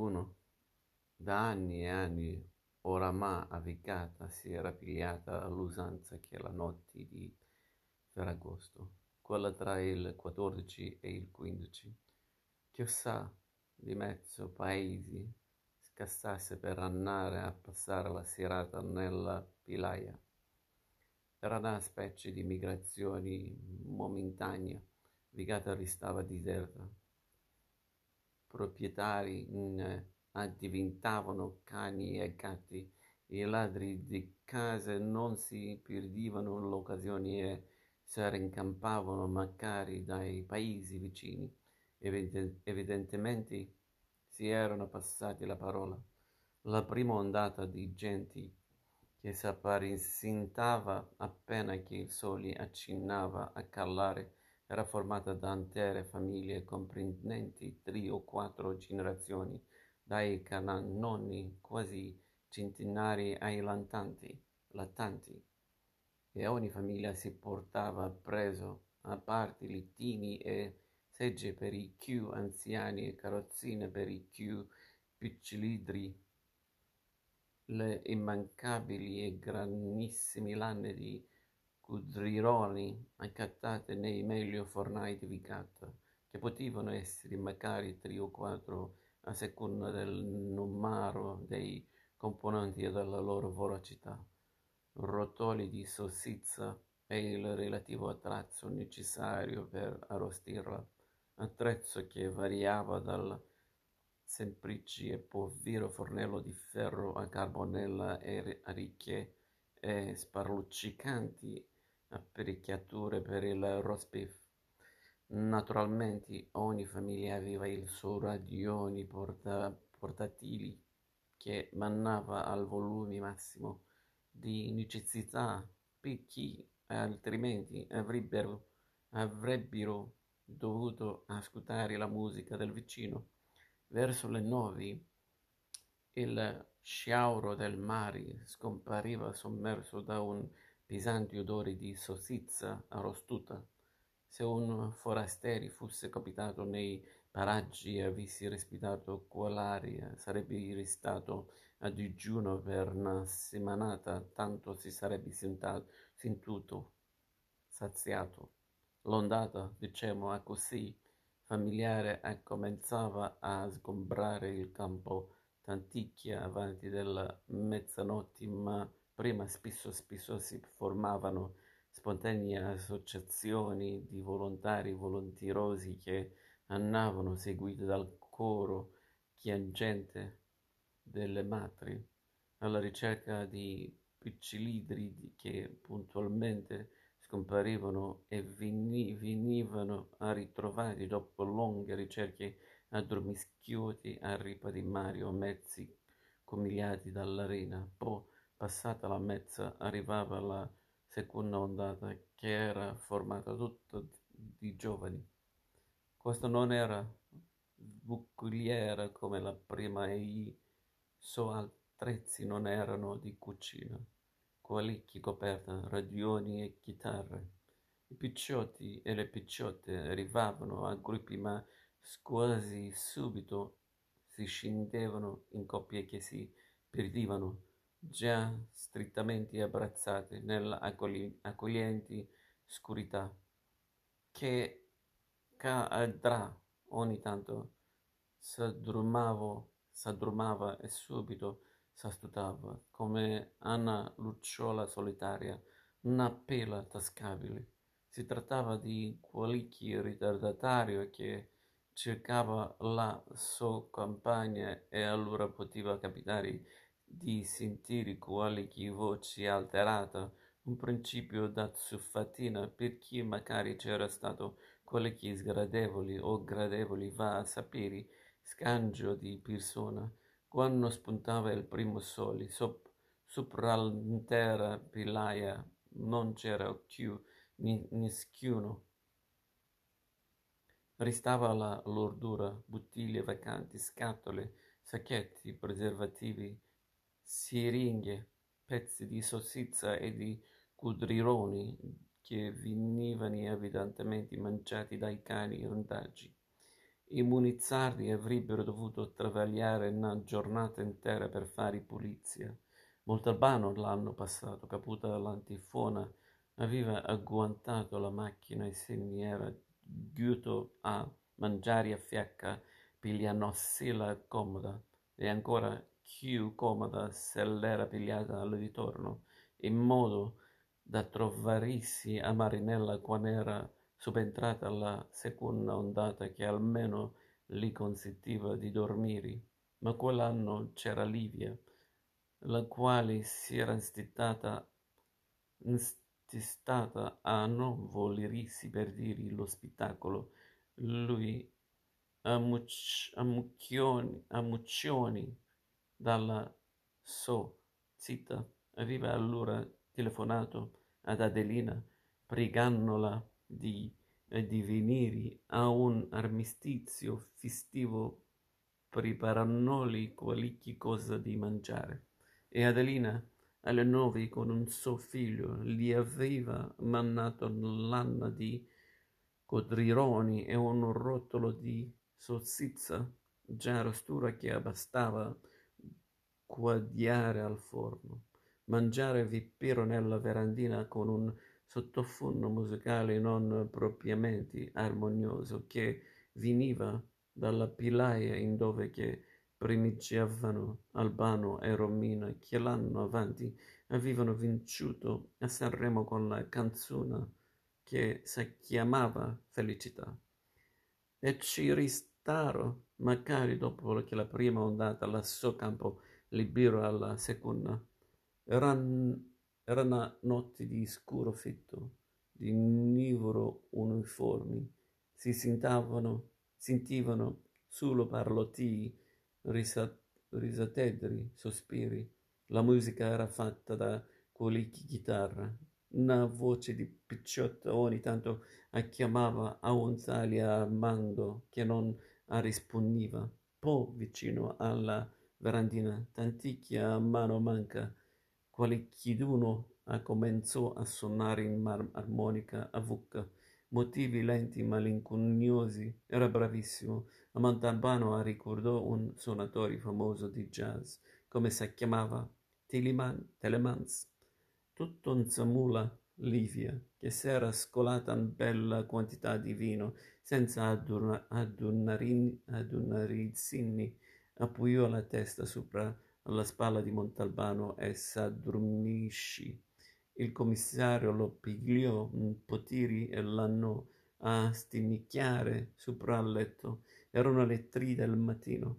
qualcuno da anni e anni oramai avvicata si era pigliata all'usanza che la notte di Ferragosto, quella tra il 14 e il 15, chissà di mezzo paesi scassasse per andare a passare la serata nella pilaia. Era una specie di migrazione momentanea, Vigata restava deserta. Proprietari diventavano cani e gatti, i ladri di case non si perdevano l'occasione e si incampavano magari dai paesi vicini. Evidentemente si erano passati la parola. La prima ondata di gente che si apparisintava appena che il sole accennava a calare era formata da intere famiglie comprendenti 3 o 4 generazioni, dai cannoni quasi centenari ai lattanti, e ogni famiglia si portava preso a parte lettini e segge per i più anziani e carrozzine per i più piccilidri, le immancabili e grandissime lane di cudrironi accattate nei meglio fornai di Vigata, che potevano essere magari 3 o 4 a seconda del numero dei componenti e della loro voracità. Rotoli di salsiccia e il relativo attrezzo necessario per arrostirla, attrezzo che variava dal semplice e povero fornello di ferro a carbonella e ricche e sparluccicanti apparecchiature per il roast beef. Naturalmente ogni famiglia aveva il suo radione portatili che mandava al volume massimo di necessità perché altrimenti avrebbero dovuto ascoltare la musica del vicino. Verso le 9 il sciauro del mare scompariva sommerso da un pesante odore di salsiccia arrostita. Se un forastero fosse capitato nei paraggi e avesse respirato quell'aria, sarebbe restato a digiuno per una setmanata, tanto si sarebbe sentito saziato. L'ondata, diciamo così, familiare cominciava a sgombrare il campo tanticchia avanti della mezzanotte, ma prima spesso si formavano spontanee associazioni di volontari volenterosi che andavano seguiti dal coro piangente delle madri alla ricerca di piccilidri che puntualmente scomparivano e venivano ritrovati dopo lunghe ricerche addormischiati a ripa di mare o mezzi comigliati dall'arena. Poi, passata la mezza, arrivava la seconda ondata, che era formata tutta di giovani. Questa non era bucoliera come la prima e i suoi attrezzi non erano di cucina, coalicchi, coperte, radioni e chitarre. I picciotti e le picciotte arrivavano a gruppi, ma quasi subito si scindevano in coppie che si perdevano, già strettamente abbracciate nell'accogliente oscurità, che cadrà ogni tanto s'addormava e subito s'astutava, come una lucciola solitaria, una pela tascabile. Si trattava di qualche ritardatario che cercava la sua compagna e allora poteva capitare di sentire qualche voce alterata, un principio da zuffatina per chi magari c'era stato qualche sgradevole o gradevole, va a sapere, scambio di persona. Quando spuntava il primo sole sopra l'intera pilaia non c'era più nessuno. Restava la lordura, bottiglie vacanti, scatole, sacchetti, preservativi, siringhe, pezzi di salsiccia e di cudrironi che venivano evidentemente mangiati dai cani randaggi. I munizzari avrebbero dovuto travagliare una giornata intera per fare pulizia. Montalbano l'anno passato, caputa l'antifona, aveva agguantato la macchina e se ne era giunto a mangiare a fiacca piglianosela comoda e ancora più comoda se l'era pigliata al ritorno, in modo da trovarsi a Marinella quando era subentrata la seconda ondata che almeno gli consentiva di dormire. Ma quell'anno c'era Livia, la quale si era insistata a non volersi perdere lo spettacolo. Lui a mucchioni dalla zitta, aveva allora telefonato ad Adelina pregandola di venire a un armistizio festivo preparandogli qualche cosa di mangiare. E Adelina, alle 9 con un suo figlio, gli aveva mandato l'anna di codrironi e un rotolo di salsiccia già rostura che bastava quagliare al forno. Mangiare vipero nella verandina con un sottofondo musicale non propriamente armonioso che veniva dalla pilaia in dove che primeggiavano Albano e Romina che l'anno avanti avevano vinciuto a Sanremo con la canzone che si chiamava Felicità. E ci restarono, magari dopo che la prima ondata lasciò campo libero alla seconda. Erano notti di scuro fitto, di nuvolo uniformi. Si sentivano solo parlotti, risateggi, sospiri. La musica era fatta da qualche chitarra. Una voce di picciotto ogni tanto chiamava a un tale Armando che non rispondeva. Poi vicino alla verandina, tanticchia a mano manca, qualcheduno cominciò a suonare in armonica a vucca, motivi lenti malinconiosi. Era bravissimo. A Montalbano ricordò un suonatore famoso di jazz, come si chiamava? Telemans. Tutto in Zamula, Livia, che s'era scolata in bella quantità di vino, senza addolorizzarsi, appoggiò la testa sopra la spalla di Montalbano e s'addormiscì. Il commissario lo pigliò in poteri e l'annò a stinnicchiare sopra il letto. Erano le 3 del mattino.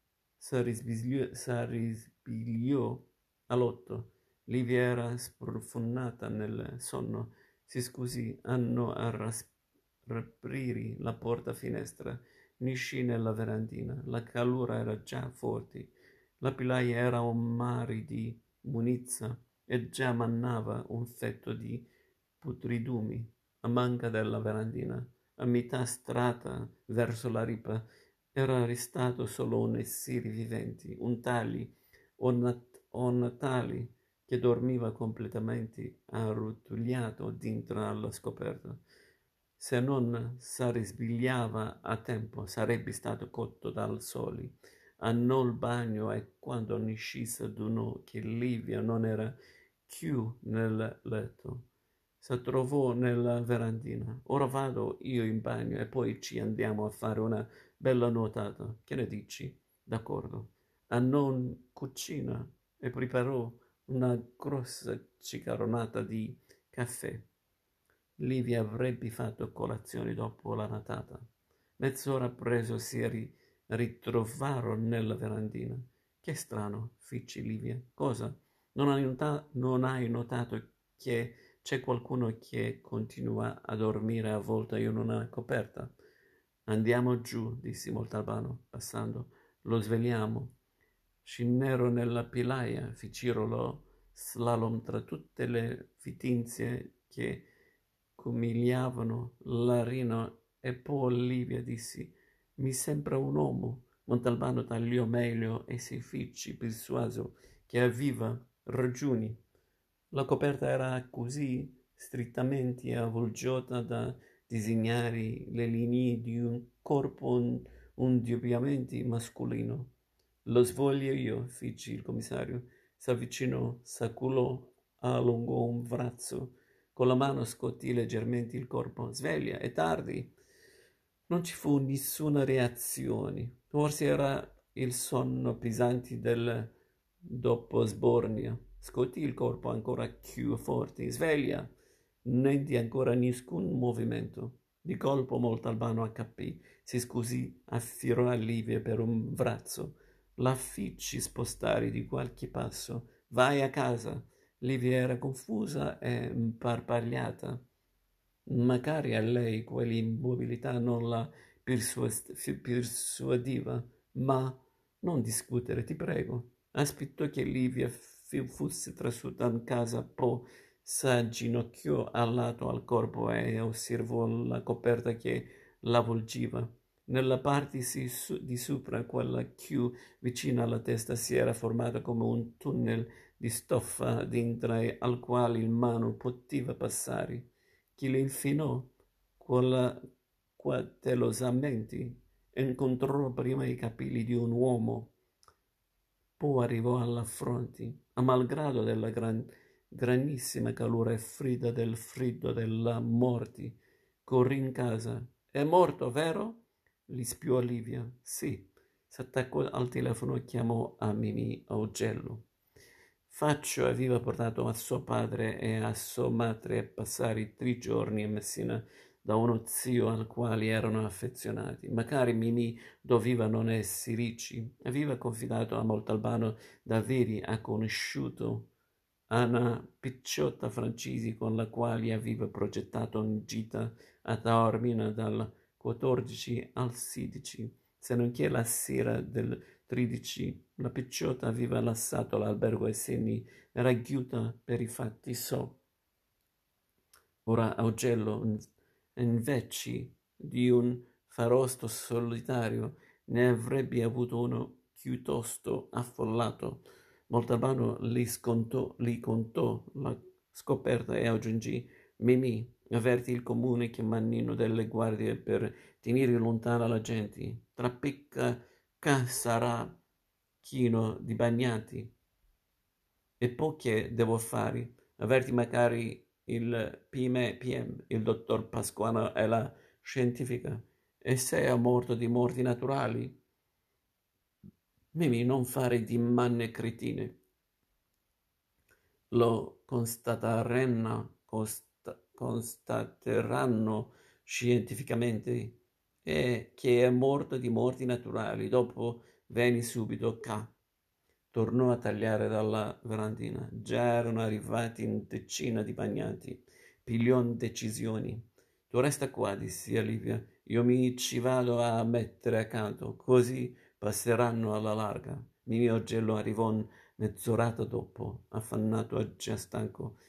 S'arrisbigliò all'8. Livia era sprofondata nel sonno. Si scusì, andò a raprire la porta finestra, ne uscì nella verandina. La calura era già forte. La pilaia era un mare di munizza e già manava un fetto di putridumi. A manca della verandina, a metà strada verso la ripa, era restato solo un essere vivente, un tali o Natali che dormiva completamente arrotoliato dentro alla scoperta. Se non s'arrisbigliava a tempo, sarebbe stato cotto dal sole. Annò il bagno e quando ne scese adunò che Livia non era più nel letto. Si trovò nella verandina. Ora vado io in bagno e poi ci andiamo a fare una bella nuotata. Che ne dici? D'accordo. Andò in cucina e preparò una grossa cicaronata di caffè. Livia avrebbe fatto colazione dopo la natata. Mezz'ora preso ritrovarono nella verandina. Che strano, fece Livia. Cosa? Non hai notato che c'è qualcuno che continua a dormire avvolto in una coperta? Andiamo giù, disse Montalbano, passando. Lo svegliamo. Scennero nella pilaia, fecero lo slalom tra tutte le fittinze che comigliavano l'arena e poi Livia disse: Mi sembra un uomo. Montalbano tagliò meglio e si fece persuaso che aveva ragioni. La coperta era così strettamente avvolgiata da disegnare le linee di un corpo indubbiamente mascolino. Lo svoglio io, fece il commissario. S'avvicinò, s'acculò, allungò un braccio. Con la mano scuotì leggermente il corpo. Sveglia, è tardi. Non ci fu nessuna reazione. Forse era il sonno pesante del doposbornia. Scuotì il corpo ancora più forte. Sveglia. Niente ancora nessun movimento. Di colpo Montalbano accapì. Si scusì, affirò a Livia per un braccio. La feci spostare di qualche passo. Vai a casa. Livia era confusa e imparpagliata. Magari a lei quell'immobilità non la persuadeva, ma non discutere, ti prego. Aspettò che Livia fosse trasferita in casa, poi s'agginocchiò al lato al corpo e osservò la coperta che l'avvolgeva. Nella parte di sopra, quella più vicina alla testa, si era formato come un tunnel di stoffa dentro al quale il mano poteva passare. Chi le infilò cautelosamente incontrò prima i capelli di un uomo, poi arrivò alla fronte, a malgrado della grandissima calore e del freddo della morte. Corrì in casa. È morto, vero? Gli spiò Olivia. Sì. S'attaccò al telefono e chiamò a Mimì Augello. Faccio aveva portato a suo padre e a sua madre a passare 3 giorni a Messina da uno zio al quale erano affezionati. Magari Mimì doveva non essere ricci. Aveva confidato a Montalbano d'avere conosciuto una picciotta francese con la quale aveva progettato una gita a Taormina dal 14 al 16, se non che la sera del 13 la picciotta aveva lasciato l'albergo e se ne era chiusa per i fatti so. Ora Augello, invece di un farosto solitario, ne avrebbe avuto uno piuttosto affollato. Montalbano li contò la scoperta e aggiungì: Mimì, avverti il comune chiamandino delle guardie per tenere lontana la gente. Tra picca sarà chino di bagnati. E poi che devo fare? Avverti magari il PM, il dottor Pasquano e la scientifica. E se è morto di morti naturali? Mimì, non fare di manne cretine. Lo constateranno scientificamente e che è morto di morti naturali. Dopo veni subito qua. Tornò a tagliare dalla verandina. Già erano arrivati in decina di bagnati. Pigliò decisioni. Tu resta qua, disse Olivia. Io mi ci vado a mettere accanto, così passeranno alla larga. Mimio Gello arrivò mezz'orata dopo, affannato e già stanco.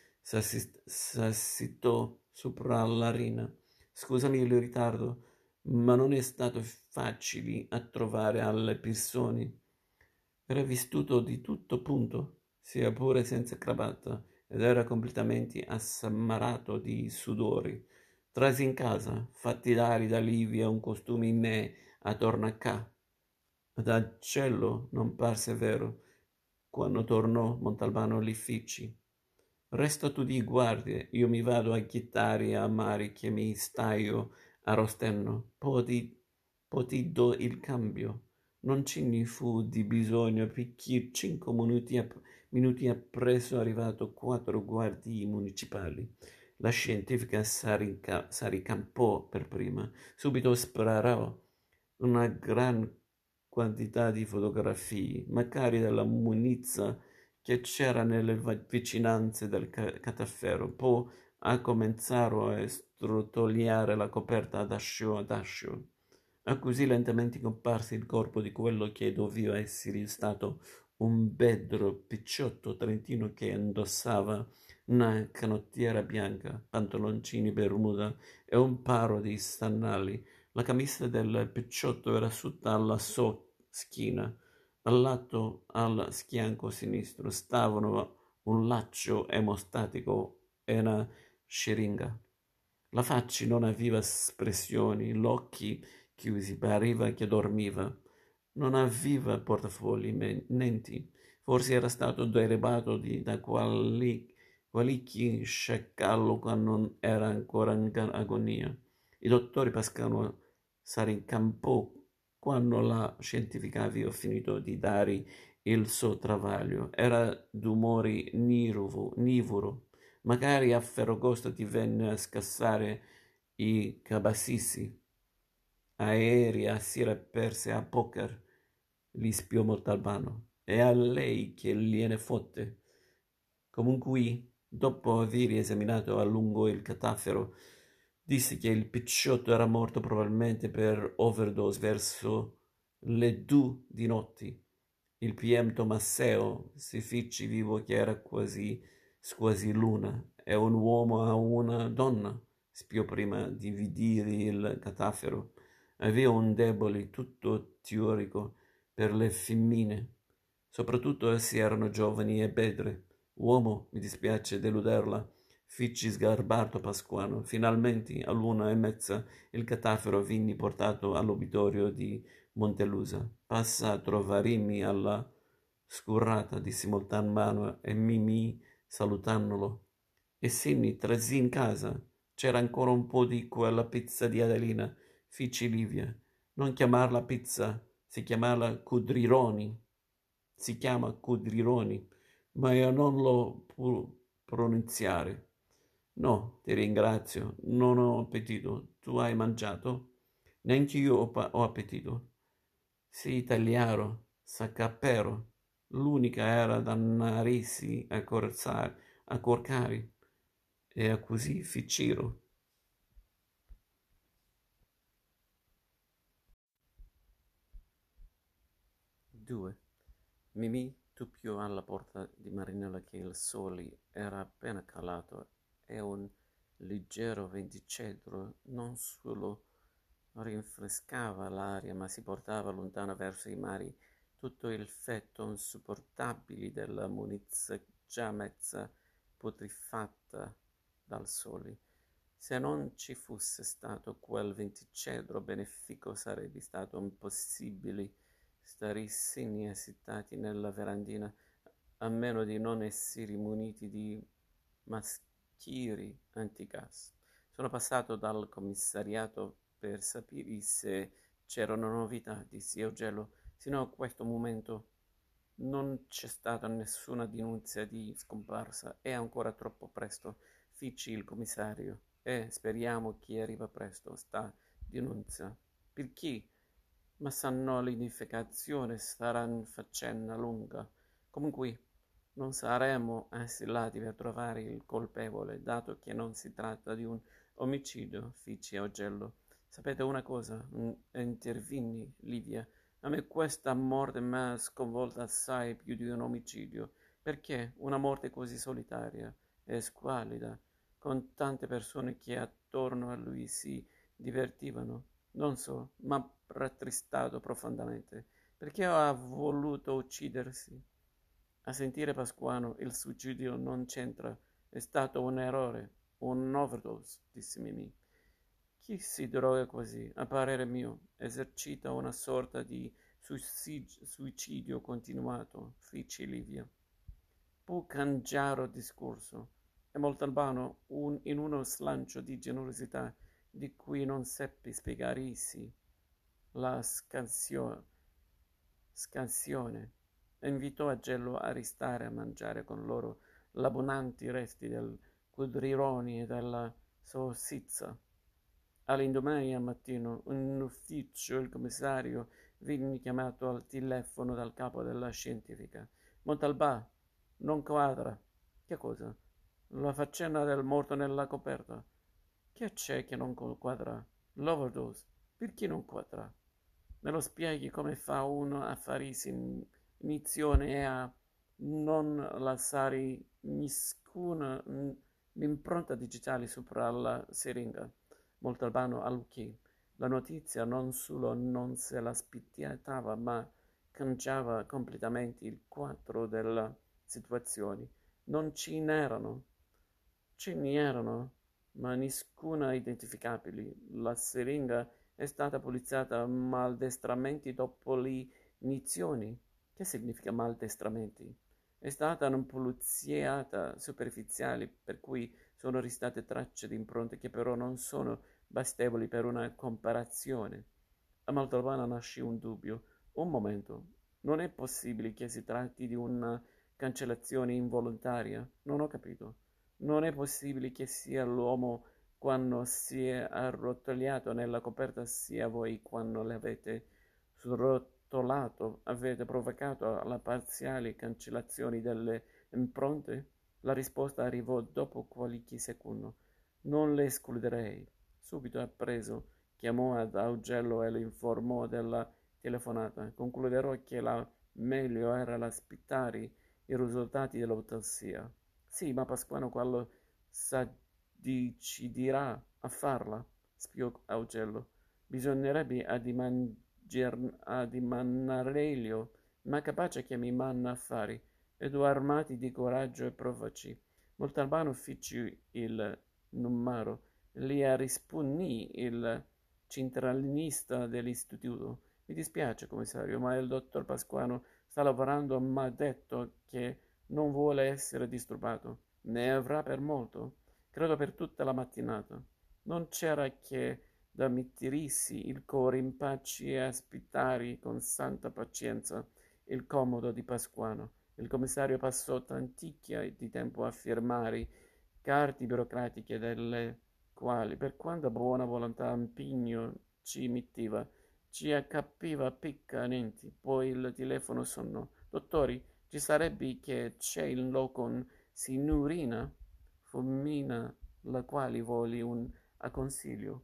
S'assitò sopra la rina. Scusami il ritardo, ma non è stato facile a trovare alle persone. Era vestito di tutto punto, sia pure senza cravatta, ed era completamente assammarato di sudori. Trase in casa, fatti dare da Livia un costume in me a tornacà. Ad Acello non parse vero. Quando tornò Montalbano li feci. Resta tu di guardie, io mi vado a chittare a mare che mi staio a Rostenno. Poi ti do il cambio. Non ce ne fu di bisogno perché 5 minuti appresso arrivato 4 guardie municipali. La scientifica s'arricampò per prima. Subito sparò una gran quantità di fotografie, magari della munizia che c'era nelle vicinanze del catafero. Poi cominciarono a strotogliare la coperta ad ascio. A così lentamente comparse il corpo di quello che doveva essere stato un bedro picciotto trentino che indossava una canottiera bianca, pantaloncini bermuda e un paro di sandali. La camicia del picciotto era sotto alla sua schiena. Al lato, al schianco sinistro, stavano un laccio emostatico e una scieringa. La faccia non aveva espressioni, gli occhi chiusi, pareva che dormiva. Non aveva portafogli niente. Forse era stato derubato da qualche sciacallo quando era ancora in agonia. I dottori passavano in campo quando la scientifica aveva finito di dare il suo travaglio. Era d'umore nivoro. Magari a Ferragosto ti venne a scassare i cabassissi. Aerei a sera perse a poker, gli spiò Montalbano. È a lei che gliene fotte. Comunque, dopo aver esaminato a lungo il cadavere, disse che il picciotto era morto probabilmente per overdose verso le 2 di notte. Il PM Tomasseo si fece vivo che era quasi l'una. È un uomo a una donna, spiò prima di vedere il cadavere. Aveva un debole tutto teorico per le femmine, soprattutto se erano giovani e bedre. Uomo, mi dispiace deluderla, fece sgarbato Pasquano. Finalmente, all'1:30, il cadavere venne portato all'obitorio di Montelusa. Passa a trovarmi alla scurrata, disse Montalbano e Mimì salutandolo. E Sinni, trasì in casa. C'era ancora un po' di quella pizza di Adelina, fece Livia. Non chiamarla pizza, si chiamava Cudrironi. Si chiama Cudrironi, ma io non lo pronunziare. No, ti ringrazio, non ho appetito. Tu hai mangiato? Neanche io ho appetito. Sì, tagliaro, saccapero. L'unica era da narici a corcari. E a così ficiro. 2. Mimì tuppiò alla porta di Marinella che il sole era appena calato e un leggero venticello non solo rinfrescava l'aria, ma si portava lontano verso i mari tutto il fetto insopportabile della munizia già mezza putrefatta dal sole. Se non ci fosse stato quel venticello benefico sarebbe stato impossibile stare insieme settati nella verandina a meno di non essere muniti di mascheri antigas. Sono passato dal commissariato per sapere se c'erano novità, disse Augello. Sino a questo momento non c'è stata nessuna denunzia di scomparsa. È ancora troppo presto, fece il commissario. E speriamo che arriva presto sta denunzia. Perché? Ma sanno l'identificazione sarà una faccenda lunga. Comunque non saremo assillati per trovare il colpevole, dato che non si tratta di un omicidio, fece Augello. Sapete una cosa? Intervenne Livia. A me questa morte mi ha sconvolta assai più di un omicidio. Perché una morte così solitaria e squallida, con tante persone che attorno a lui si divertivano? Non so, m'ha rattristato profondamente. Perché ha voluto uccidersi? A sentire Pasquano, il suicidio non c'entra. È stato un errore, un overdose, disse Mimì. Chi si droga così, a parere mio, esercita una sorta di suicidio continuato, fece Livia. Può cambiare discorso. E Montalbano, in uno slancio di generosità di cui non seppi spiegarsi la scansione, invitò Agello a restare a mangiare con loro l'abbondanti resti del quadrironi e della salsiccia. All'indomani al mattino, in ufficio, il commissario venne chiamato al telefono dal capo della scientifica. Montalbà, non quadra. Che cosa? La faccenda del morto nella coperta. Che c'è che non quadra? L'overdose. Perché non quadra? Me lo spieghi come fa uno a fare inizione e a non lasciare nessuna impronta digitale sopra la siringa? Montalbano all'occhio. La notizia non solo non se l'aspettava, ma cambiava completamente il quadro della situazione. Non ce n'erano, ma nessuna identificabile. La siringa è stata pulizzata maldestramente dopo le iniezioni. Che significa maldestramenti? È stata non puliziata superficiale, per cui sono restate tracce di impronte che però non sono bastevoli per una comparazione. A Montalbano nasce un dubbio. Un momento, non è possibile che si tratti di una cancellazione involontaria? Non ho capito. Non è possibile che sia l'uomo quando si è arrotolato nella coperta sia voi quando l'avete srotolato, avete provocato la parziale cancellazione delle impronte? La risposta arrivò dopo qualche secondo. Non le escluderei. Subito appreso chiamò ad Augello e lo informò della telefonata. Concluderò che la meglio era l'aspettare i risultati dell'autopsia. Sì, ma Pasquano quando s'addeciderà a farla, spiò Augello. Bisognerebbe addimanarlo, ma capace che mi manna affari, e due armati di coraggio e provaci. Montalbano fece il numero, gli rispondì il centralinista dell'istituto. Mi dispiace, commissario, ma il dottor Pasquano sta lavorando, ma ha detto che non vuole essere disturbato. Ne avrà per molto? Credo per tutta la mattinata. Non c'era che da mettersi il cuore in pace e aspettare con santa pazienza il comodo di Pasquano. Il commissario passò tanticchia di tempo a firmare carte burocratiche delle quali, per quanta buona volontà impegno ci metteva, ci accapiva piccanenti. Poi il telefono suonò. Dottori, ci sarebbe che c'è in locon signorina Fulmina, la quale vuole a consiglio.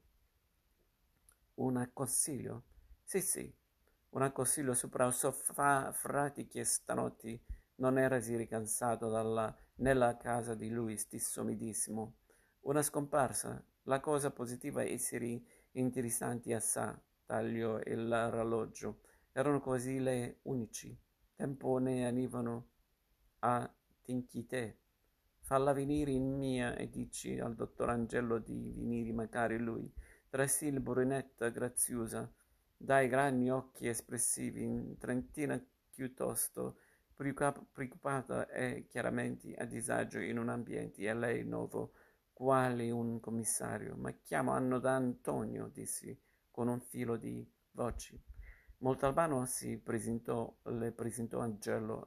Un consiglio? Sì, sì, un consiglio sopra sofà frati che stanotte non era si ricansato nella casa di lui stesso medesimo. Una scomparsa. La cosa positiva è essere interessanti assai, tagliò il orologio. Erano così le unici. Tempo ne arrivano a tinchite. Falla venire in mia e dici al dottor Angelo di venire magari lui. Trasil brunetta graziosa, dai grandi occhi espressivi, in trentina piuttosto preoccupata e chiaramente a disagio in un ambiente e lei nuovo quale un commissario. Ma chiamo Anno da Antonio, dissi con un filo di voci. Montalbano le presentò Angelo,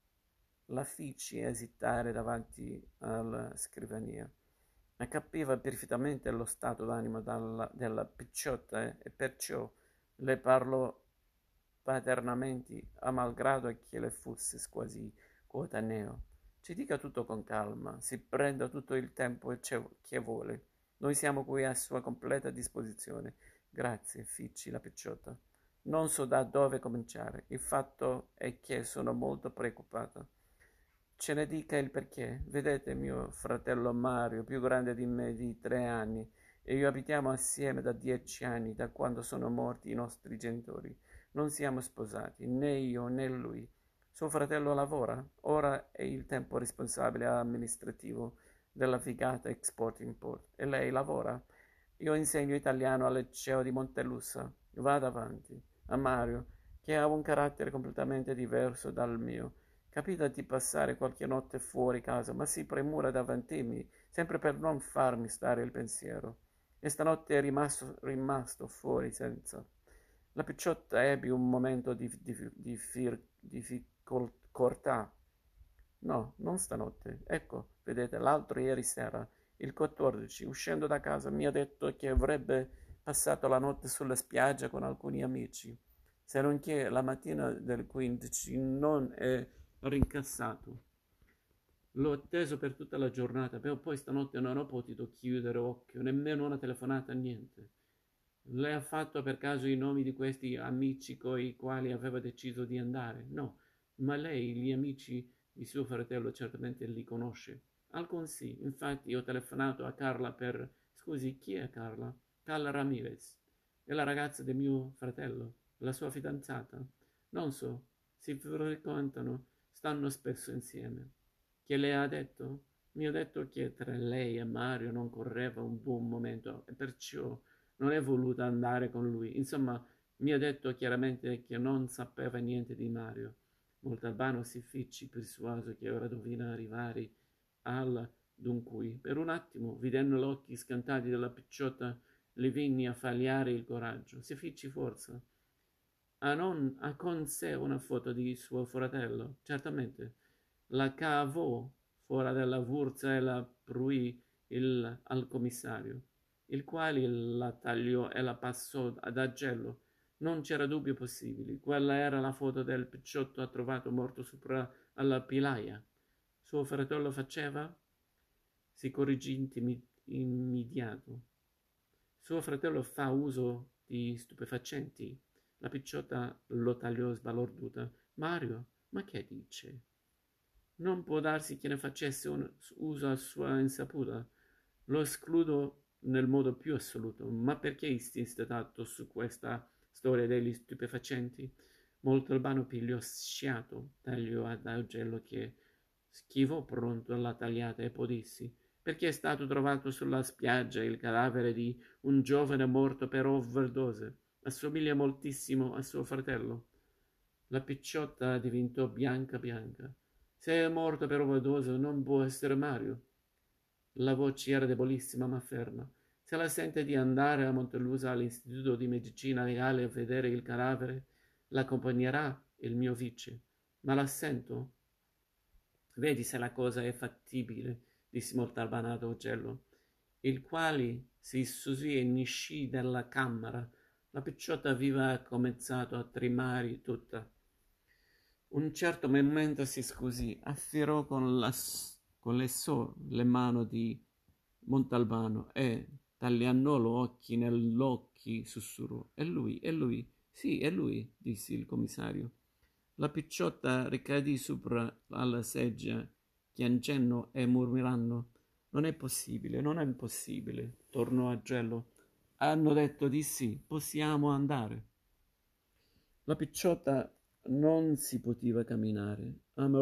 la feci esitare davanti alla scrivania. Ma capiva perfettamente lo stato d'animo della picciotta e perciò le parlò paternamente, a malgrado che le fosse quasi coetaneo. Ci dica tutto con calma, si prenda tutto il tempo che vuole. Noi siamo qui a sua completa disposizione. Grazie, Ficci, la picciotta. Non so da dove cominciare. Il fatto è che sono molto preoccupata. Ce ne dica il perché. Vedete mio fratello Mario, più grande di me di 3 anni, e io abitiamo assieme da 10 anni, da quando sono morti i nostri genitori. Non siamo sposati, né io né lui. Suo fratello lavora, ora è il tempo responsabile amministrativo della Figata Export-Import. E lei lavora? Io insegno italiano al liceo di Montelussa. Vada avanti. A Mario, che ha un carattere completamente diverso dal mio. Capita di passare qualche notte fuori casa, ma si premura davanti a me, sempre per non farmi stare il pensiero. E stanotte è rimasto fuori senza. La picciotta ebbe un momento di difficoltà. No, non stanotte. Ecco, vedete, l'altro ieri sera, il 14, uscendo da casa, mi ha detto che avrebbe passato la notte sulla spiaggia con alcuni amici, se non che la mattina del 15 non è rincassato. L'ho atteso per tutta la giornata, però poi stanotte non ho potuto chiudere occhio, nemmeno una telefonata, niente. Lei ha fatto per caso i nomi di questi amici con i quali aveva deciso di andare? No, ma lei, gli amici di suo fratello, certamente li conosce. Alcun sì, infatti ho telefonato a Carla per... Scusi, chi è Carla? Carla Ramirez. È la ragazza del mio fratello, la sua fidanzata. Non so, si frequentano, stanno spesso insieme. Che le ha detto? Mi ha detto che tra lei e Mario non correva un buon momento e perciò non è voluta andare con lui. Insomma, mi ha detto chiaramente che non sapeva niente di Mario. Montalbano si fece persuaso che ora doveva arrivare al dunque. Per un attimo, vedendo gli occhi scantati della picciotta, le venne a fagliare il coraggio. Si fece forza. Ha con sé una foto di suo fratello, certamente. La cavò fuori dalla borsa e la pruì al commissario, il quale la tagliò e la passò ad Agello. Non c'era dubbio possibile. Quella era la foto del picciotto trovato morto sopra alla pilaia. Suo fratello faceva? Si corriggì immediato. Suo fratello fa uso di stupefacenti. La picciotta lo tagliò sbalorduta. Mario, ma che dice? Non può darsi che ne facesse un uso a sua insaputa. Lo escludo nel modo più assoluto. Ma perché insiste tanto su questa storia degli stupefacenti? Montalbano pigliò sciato, tagliò ad Augello che schivò pronto alla tagliata e poi dissi: perché è stato trovato sulla spiaggia il cadavere di un giovane morto per overdose. Assomiglia moltissimo a suo fratello. La picciotta diventò bianca bianca. Se è morto per overdose non può essere Mario. La voce era debolissima ma ferma. Se la sente di andare a Montelusa all'Istituto di Medicina Legale a vedere il cadavere, l'accompagnerà il mio vice. Ma la sento? Vedi se la cosa è fattibile, disse Montalbano Ugello, il quale si susì e ne uscì dalla camera. La picciotta aveva cominciato a tremare tutta. Un certo momento si scusì, afferrò con le le mani di Montalbano e, tagliando gli occhi nell'occhi, sussurrò: è lui, sì, è lui, disse il commissario. La picciotta ricadì sopra alla seggiola, piangendo e murmurando: non è possibile, non è possibile, tornò a Gello. Hanno detto di sì, possiamo andare. La picciotta non si poteva camminare.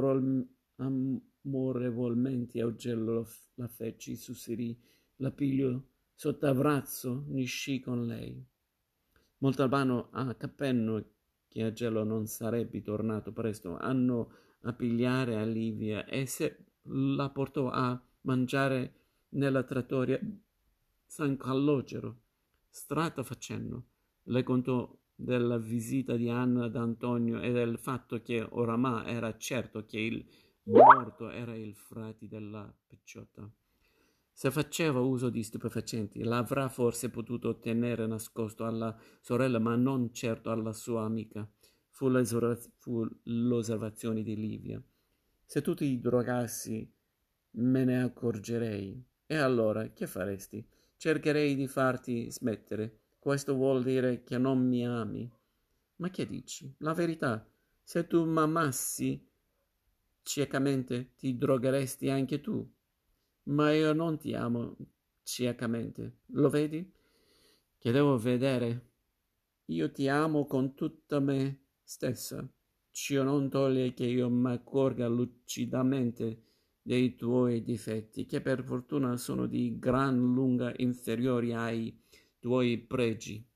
Amorevolmente Augello la fece susserì, la pigliò sott'avrazzo, ne uscì con lei. Montalbano a Cappenno, che Augello non sarebbe tornato presto, andò a pigliare a Livia e se la portò a mangiare nella trattoria San Calogero. Strada facendo, le contò della visita di Anna ad Antonio e del fatto che oramai era certo che il morto era il frate della picciotta. Se faceva uso di stupefacenti, l'avrà forse potuto ottenere nascosto alla sorella, ma non certo alla sua amica. Fu l'osservazione di Livia. Se tu ti drogassi, me ne accorgerei. E allora, che faresti? Cercherei di farti smettere. Questo vuol dire che non mi ami. Ma che dici? La verità. Se tu m'amassi ciecamente, ti drogheresti anche tu. Ma io non ti amo ciecamente. Lo vedi? Che devo vedere? Io ti amo con tutta me stessa. Ciò non toglie che io m'accorga lucidamente dei tuoi difetti, che per fortuna sono di gran lunga inferiori ai tuoi pregi.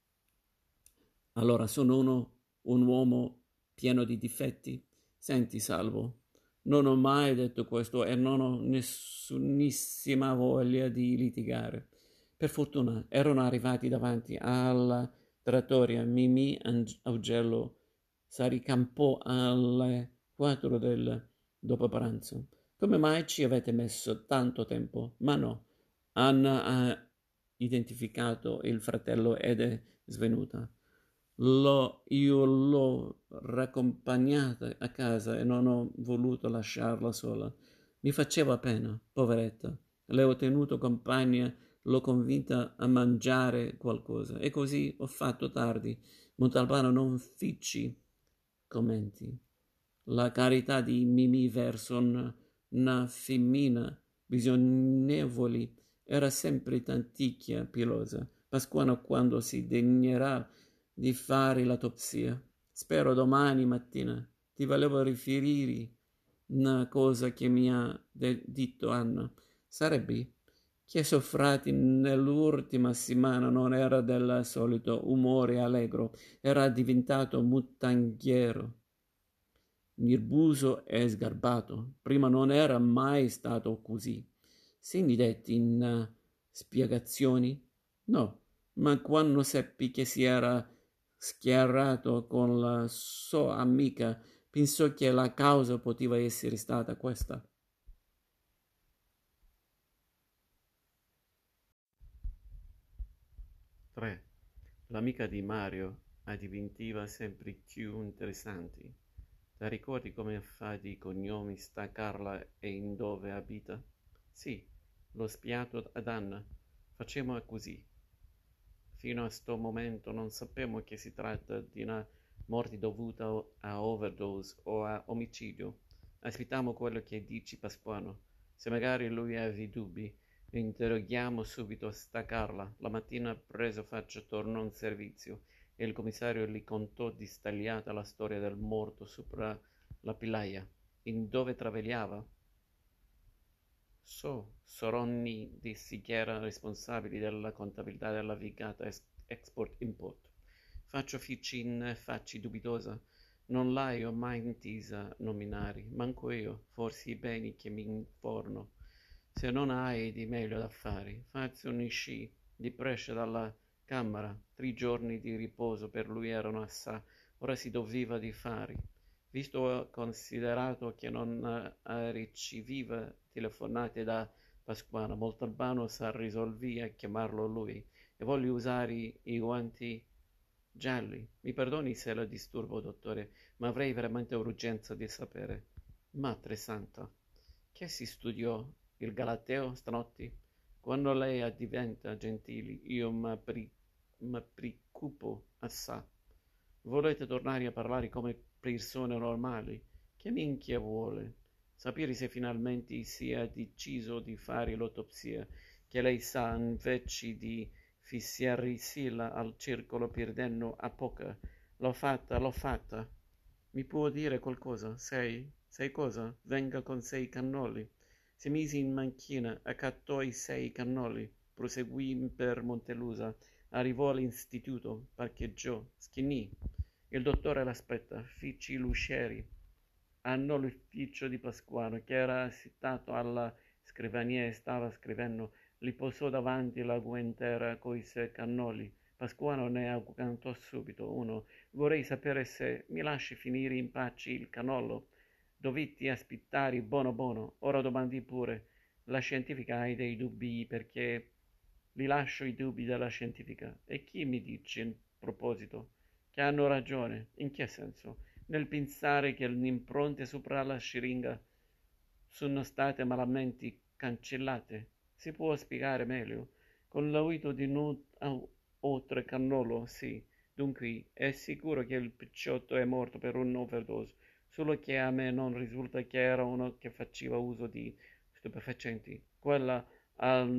Allora sono un uomo pieno di difetti? Senti, Salvo, non ho mai detto questo e non ho nessunissima voglia di litigare. Per fortuna erano arrivati davanti alla trattoria. Mimì Augello s'arricampò alle 4 del dopo pranzo. Come mai ci avete messo tanto tempo? Ma no, Anna ha identificato il fratello ed è svenuta. Io l'ho raccompagnata a casa e non ho voluto lasciarla sola. Mi faceva pena, poveretta. Le ho tenuto compagnia, l'ho convinta a mangiare qualcosa e così ho fatto tardi. Montalbano non feci commenti. La carità di Mimì verso una femmina bisognevole era sempre tanticchia pilosa. Pasquano quando si degnerà di fare l'autopsia. Spero domani mattina. Ti volevo riferire una cosa che mi ha detto Anna. Sarebbe Chiesò frati nell'ultima settimana non era del solito umore allegro, era diventato mutanghero, nervoso e sgarbato. Prima non era mai stato così. Segni detti in spiegazioni? No, ma quando seppi che si era schierato con la sua amica, pensò che la causa poteva essere stata questa. 3. L'amica di Mario diventava sempre più interessante. Ti ricordi come fa di cognomi sta Carla e in dove abita? Sì, l'ho spiato ad Anna. Facciamo così. Fino a sto momento non sappiamo che si tratta di una morte dovuta a overdose o a omicidio. Aspettiamo quello che dici, Pasquano. Se magari lui aveva dubbi, interroghiamo subito sta Carla. La mattina preso faccia tornò in servizio e il commissario gli contò distagliata la storia del morto sopra la pilaia. In dove travagliava? Soronni dissi che era responsabile della contabilità della Vigata Export-Import. Faccio ficin facci dubitosa. Non l'hai mai intesa nominare, manco io, forse bene che mi inforno. Se non hai di meglio da fare, fazzi un sci di Brescia dalla Camera. 3 giorni di riposo per lui erano assai, ora si doveva di fare. Visto considerato che non riceviva telefonate da Pasquale, Montalbano s'arrisolvì a chiamarlo lui e voglio usare i guanti gialli. Mi perdoni se la disturbo, dottore, ma avrei veramente urgenza di sapere. Madre Santa, che si studiò il Galateo stanotte? Quando lei diventa gentile, io mi preoccupo assai. Volete tornare a parlare come persone normali? Che minchia vuole? Sapere se finalmente si è deciso di fare l'autopsia, che lei sa invece di fissiarsela al circolo perdendo a poca. L'ho fatta, l'ho fatta. Mi può dire qualcosa? Sai cosa? Venga con 6 cannoli. Si mise in macchina, accattò i 6 cannoli, proseguì per Montelusa, arrivò all'istituto, parcheggiò, schinnì. Il dottore l'aspetta, fece l'usciere. Andò all'ufficio di Pasquale, che era settato alla scrivania e stava scrivendo. Gli posò davanti la guantera coi 6 cannoli. Pasquale ne agguantò subito uno. Vorrei sapere se mi lasci finire in pace il cannolo. Dovetti aspettare buono buono. Ora domandi pure. La scientifica hai dei dubbi perché li lascio i dubbi della scientifica. E chi mi dice in proposito che hanno ragione? In che senso? Nel pensare che le impronte sopra la siringa sono state malamente cancellate. Si può spiegare meglio? Con l'auito di oltre cannolo, sì. Dunque, è sicuro che il picciotto è morto per un overdose, solo che a me non risulta che era uno che faceva uso di stupefacenti. Quella al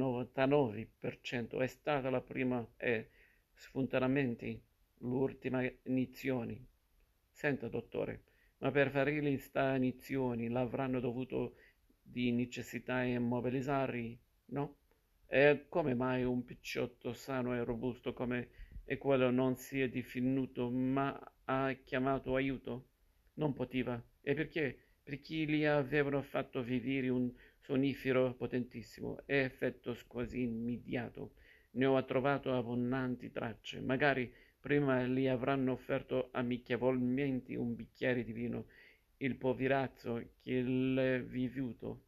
99% è stata la prima e, spontaneamente, l'ultima iniezione. Senta, dottore, ma per fare le iniezioni l'avranno dovuto di necessità immobilizzare, no? E come mai un picciotto sano e robusto come e quello non si è divenuto, ma ha chiamato aiuto? Non poteva. E perché? Perché gli avevano fatto vivere un sonnifero potentissimo e effetto quasi immediato. Ne ho trovato abbondanti tracce. Magari prima gli avranno offerto amichevolmente un bicchiere di vino. Il poverazzo che l'è vivuto.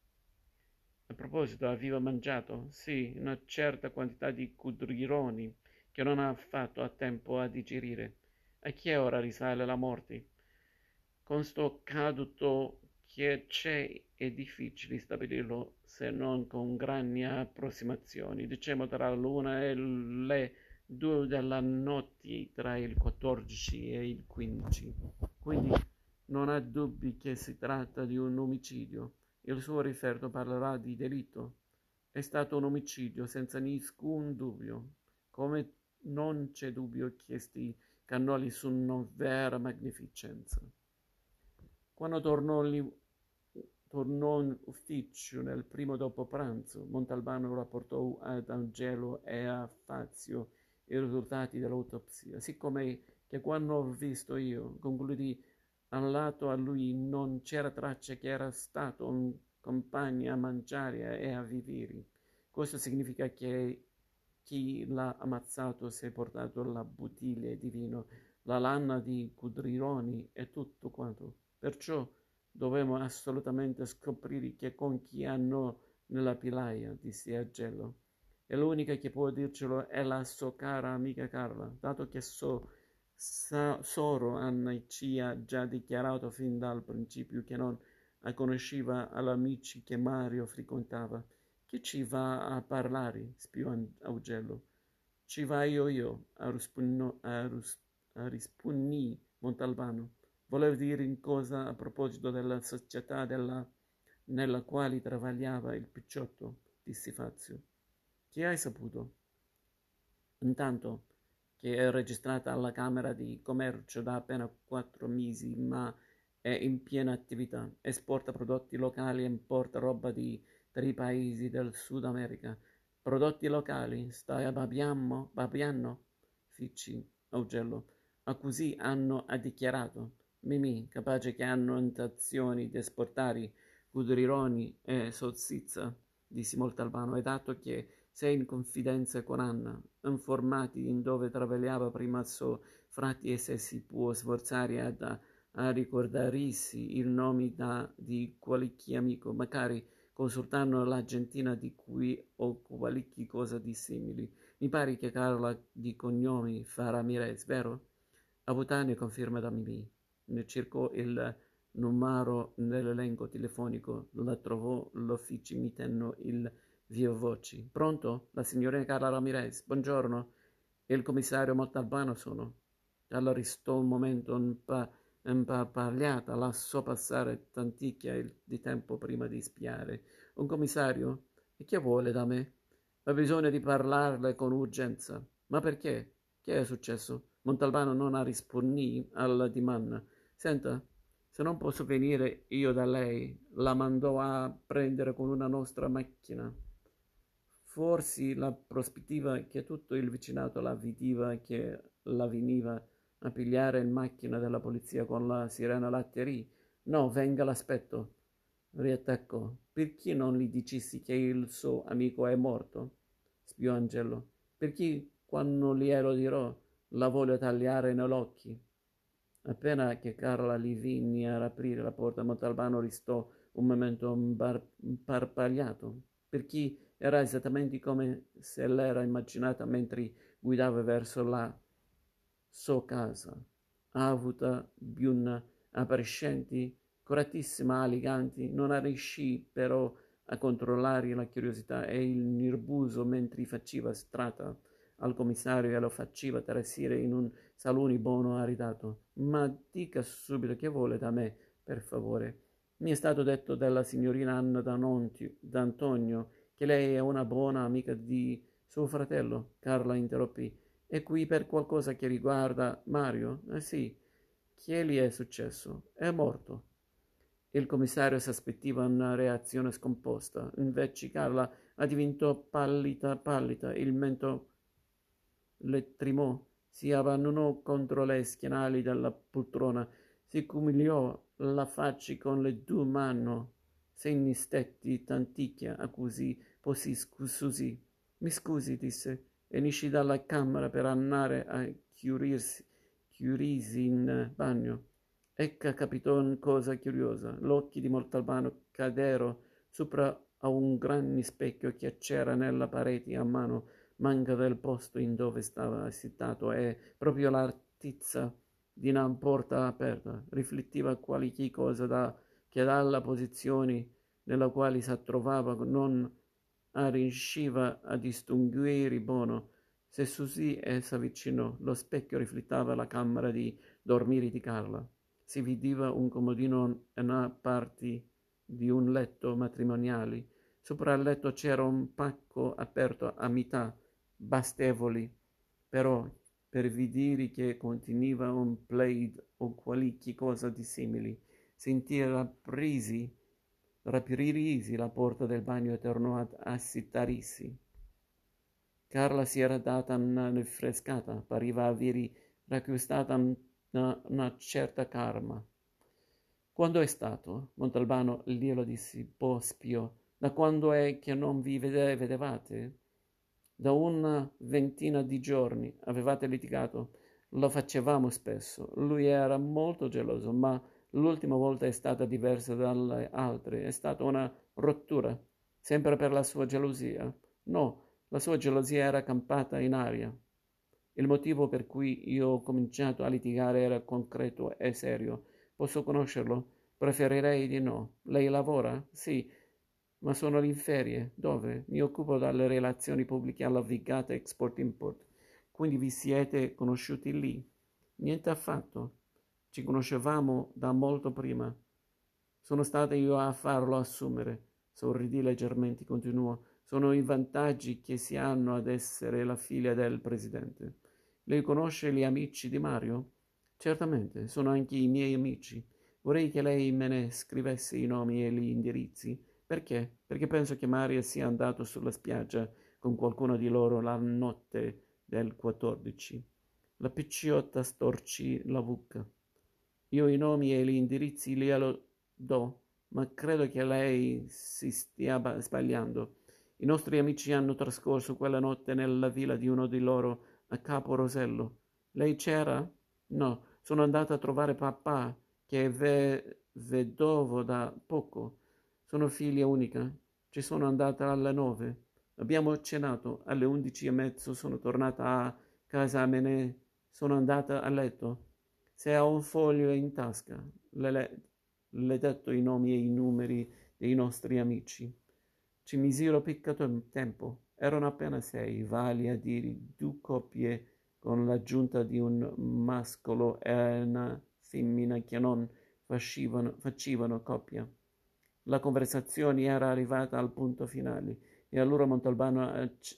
A proposito, aveva mangiato? Sì, una certa quantità di cudrironi che non ha fatto a tempo a digerire. A che ora risale la morte? Con sto caduto che c'è è difficile stabilirlo se non con grandi approssimazioni, diciamo tra l'una e le 2 della notte tra il 14 e il 15. Quindi non ha dubbi che si tratta di un omicidio. Il suo riferto parlerà di delitto. È stato un omicidio senza nessun dubbio, come non c'è dubbio che sti cannoli sono vera magnificenza. Quando tornò tornò in ufficio nel primo dopo pranzo. Montalbano rapportò ad Angelo e a Fazio i risultati dell'autopsia. Siccome che quando ho visto io, concludì, al lato a lui non c'era traccia che era stato un compagno a mangiare e a vivere. Questo significa che chi l'ha ammazzato si è portato la bottiglia di vino, la lana di Cudrironi e tutto quanto. Perciò dobbiamo assolutamente scoprire che con chi hanno nella pilaia, disse Agello. E l'unica che può dircelo è la sua cara amica Carla, dato che Soro Anna ci ha già dichiarato fin dal principio che non conosceva agli amici che Mario frequentava. Chi ci va a parlare? Spiò Augello. Ci va io, rispondì Montalbano. Volevo dire in cosa a proposito della società nella quale travagliava il picciotto, disse Fazio. Che hai saputo? Intanto che è registrata alla Camera di Commercio da appena 4 mesi, ma è in piena attività. Esporta prodotti locali e importa roba dai paesi del Sud America. Prodotti locali? Stai babbiando? Ficci, Augello. Ma così ha dichiarato. Mimì, capace che hanno intenzioni di esportare Cudrironi e Sozzizza, disse Montalbano, e dato che sei in confidenza con Anna, informati in dove travagliava prima suo frati e se si può sforzare a ricordarsi il nome di qualche amico, magari consultando l'Argentina di cui o qualche cosa di simili. Mi pare che Carla di cognome fa Ramirez, vero? Abutani conferma da Mimì. Ne cercò il numero nell'elenco telefonico, la trovò l'ufficio mettendo il via voci. Pronto? La signorina Carla Ramirez. Buongiorno. Il commissario Montalbano sono. Carla restò un momento impapagliata, lasciò passare tanticchia di tempo prima di spiare. Un commissario? E che vuole da me? Ho bisogno di parlarle con urgenza. Ma perché? Che è successo? Montalbano non ha risposto alla domanda. Senta, se non posso venire io da lei, la mandò a prendere con una nostra macchina. Forse la prospettiva che tutto il vicinato la vedeva che la veniva a pigliare in macchina della polizia con la sirena latteria. No, venga l'aspetto. Riattaccò. Perché non gli dicessi che il suo amico è morto? Spiò Angelo. Perché quando glielo dirò la voglio tagliare negli occhi. Appena che Carla gli venne ad aprire la porta, Montalbano restò un momento imparpagliato, perché era esattamente come se l'era immaginata mentre guidava verso la sua casa. Avuta, biuna, appariscenti, coratissima, eleganti, non riuscì però a controllare la curiosità e il nervoso mentre faceva strada al commissario e lo faceva trasire in un salone buono arredato. Ma dica subito che vuole da me, per favore. Mi è stato detto dalla signorina Anna D'Antonio che lei è una buona amica di suo fratello. Carla interrompì. È qui per qualcosa che riguarda Mario? Sì. Che gli è successo? È morto. Il commissario si aspettava una reazione scomposta. Invece Carla diventò pallida, il mento le tremò, si abbandonò contro le schienali della poltrona, si cumiliò la faccia con le due mani, se ne stetti tanticchia a così, poi scusi. Mi scusi, disse, e uscì dalla camera per andare a chiurirsi in bagno. Ecco capitò una cosa curiosa. Gli occhi di Montalbano cadero sopra a un grande specchio che c'era nella parete a mano manca del posto in dove stava assitato e proprio l'artizza di una porta aperta rifletteva qualche cosa che dalla posizione nella quale si trovava non riusciva a distinguere buono. Se Susì si avvicinò, lo specchio rifletteva la camera di dormire di Carla. Si vedeva un comodino e una parte di un letto matrimoniale. Sopra il letto c'era un pacco aperto a metà, bastevoli, però per vedere che conteneva un plaid o qualche cosa di simile. Sentì Rapirisi la porta del bagno e tornò ad assittarsi. Carla si era data una rinfrescata, pareva aver riacquistata una certa calma. Quando è stato? Montalbano glielo dissi, Pospio. Da quando è che non vi vedevate? Da una ventina di giorni. Avevate litigato? Lo facevamo spesso. Lui era molto geloso, ma l'ultima volta è stata diversa dalle altre. È stata una rottura. Sempre per la sua gelosia? No, la sua gelosia era campata in aria. Il motivo per cui io ho cominciato a litigare era concreto e serio. Posso conoscerlo? Preferirei di no. Lei lavora? Sì, ma sono in ferie. Dove? Mi occupo delle relazioni pubbliche alla Vigata Export-Import. Quindi vi siete conosciuti lì? Niente affatto. Ci conoscevamo da molto prima. Sono stata io a farlo assumere. Sorridì leggermente, continuò. Sono i vantaggi che si hanno ad essere la figlia del presidente. Lei conosce gli amici di Mario? Certamente, sono anche i miei amici. Vorrei che lei me ne scrivesse i nomi e gli indirizzi. Perché? Perché penso che Mario sia andato sulla spiaggia con qualcuno di loro la notte del 14. La picciotta storcì la bucca. Io i nomi e gli indirizzi glielo do, ma credo che lei si stia sbagliando. I nostri amici hanno trascorso quella notte nella villa di uno di loro a Capo Rosello. Lei c'era? No, sono andata a trovare papà, che è vedovo da poco. Sono figlia unica. Ci sono andata alle 9. Abbiamo cenato. Alle 11:30 sono tornata a casa, me ne sono andata a letto. Se ha un foglio in tasca, le detto i nomi e i numeri dei nostri amici. Ci misero piccato tempo. Erano appena 6, vale a dire 2 coppie con l'aggiunta di un mascolo e una femmina che non facevano coppia. La conversazione era arrivata al punto finale e allora Montalbano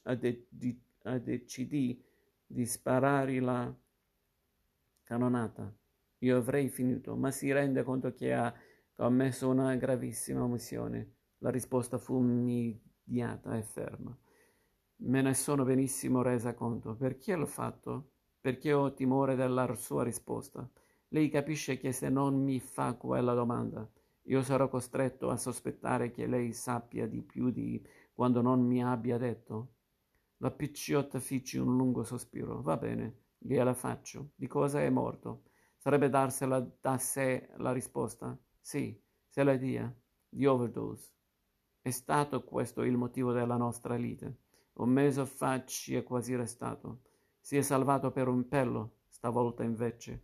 decidì di sparare la canonata. Io avrei finito, ma si rende conto che ha commesso una gravissima omissione. La risposta fu immediata e ferma. Me ne sono benissimo resa conto. Perché l'ho fatto? Perché ho timore della sua risposta. Lei capisce che se non mi fa quella domanda, io sarò costretto a sospettare che lei sappia di più di quando non mi abbia detto. La picciotta fece un lungo sospiro. Va bene, gliela faccio. Di cosa è morto? Sarebbe darsela da sé la risposta? Sì, se la dia. Di overdose. È stato questo il motivo della nostra lite. Un mese fa ci è quasi restato. Si è salvato per un pelo, stavolta invece.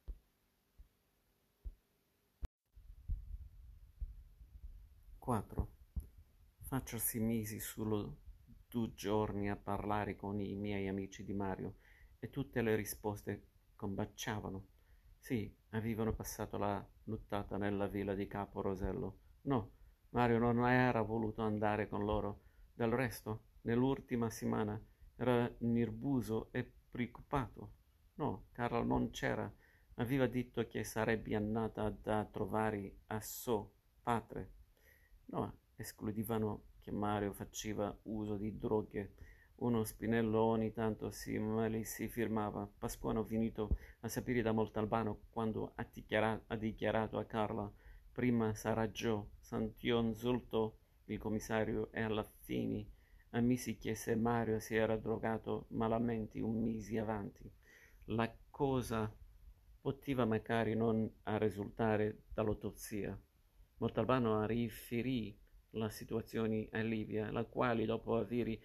4. Faccio 6 mesi solo 2 giorni a parlare con i miei amici di Mario e tutte le risposte combaciavano. Sì, avevano passato la nottata nella villa di Capo Rosello. No, Mario non era voluto andare con loro. Del resto, nell'ultima settimana era nervoso e preoccupato. No, Carla non c'era. Aveva detto che sarebbe andata da trovare a suo padre. No, escludevano che Mario faceva uso di droghe. Uno spinello ogni tanto ma lì si firmava. Pasquano finito a sapere da Montalbano quando ha dichiarato a Carla. Prima s'arrabbiò, sentì insulto il commissario e alla fine ammise che se Mario si era drogato malamente un mese avanti. La cosa poteva magari non a risultare dall'autopsia. Montalbano riferì la situazione a Livia, la quale, dopo aver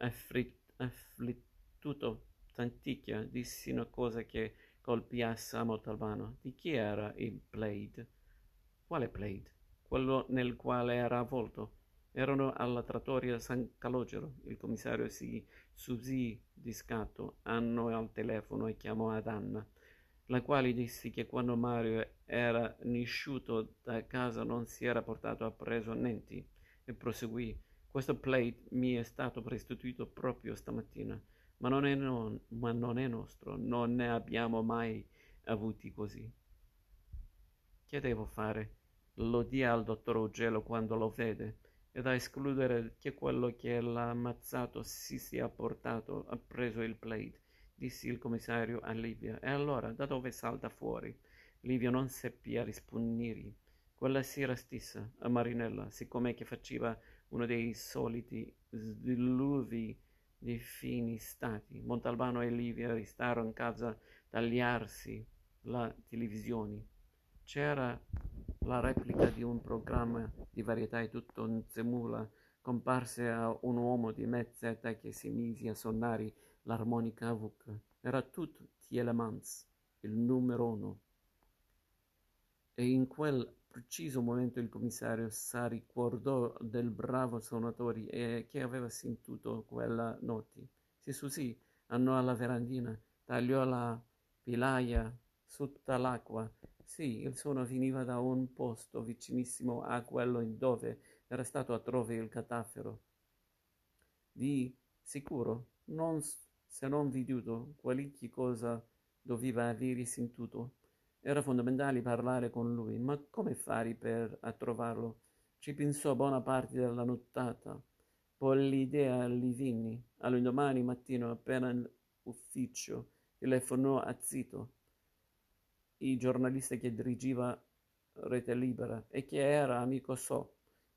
afflittuto Tanticchia, disse una cosa che colpì assai Montalbano. Di chi era il Plaid? Quale Plaid? Quello nel quale era avvolto. Erano alla trattoria San Calogero. Il commissario si susì di scatto, annò al telefono e chiamò ad Anna, la quale disse che quando Mario era nisciuto da casa non si era portato appresso niente, e proseguì. Questo plate mi è stato restituito proprio stamattina, ma non è nostro, non ne abbiamo mai avuti così. Che devo fare? lo dia al dottor Augello quando lo vede. È da escludere che quello che l'ha ammazzato si sia portato, ha preso il plate, disse il commissario a Livia. E allora, da dove salta fuori? Livia non seppe a rispondere. Quella sera stessa, a Marinella, siccome che faceva uno dei soliti sdiluvi di fini stati, Montalbano e Livia restarono in casa a tagliarsi la televisione. C'era la replica di un programma di varietà e tutto in Zemula comparse a un uomo di mezz'età che si mise a suonare l'armonica a vuc. Era tutto Tielemans, il numero uno. E in quel preciso momento il commissario si ricordò del bravo suonatore che aveva sentito quella notte. Sì, andò alla verandina, tagliò la pilaia sotto l'acqua. Sì, il suono veniva da un posto vicinissimo a quello dove era stato a trovare il cadavere. Di sicuro, se non veduto qualche cosa doveva aver sentito. Era fondamentale parlare con lui, ma come fare per a trovarlo? Ci pensò buona parte della nottata. Poi l'idea gli venne. All'indomani mattino, appena l'ufficio telefonò a Zito, il giornalista che dirigeva Rete Libera e che era amico suo.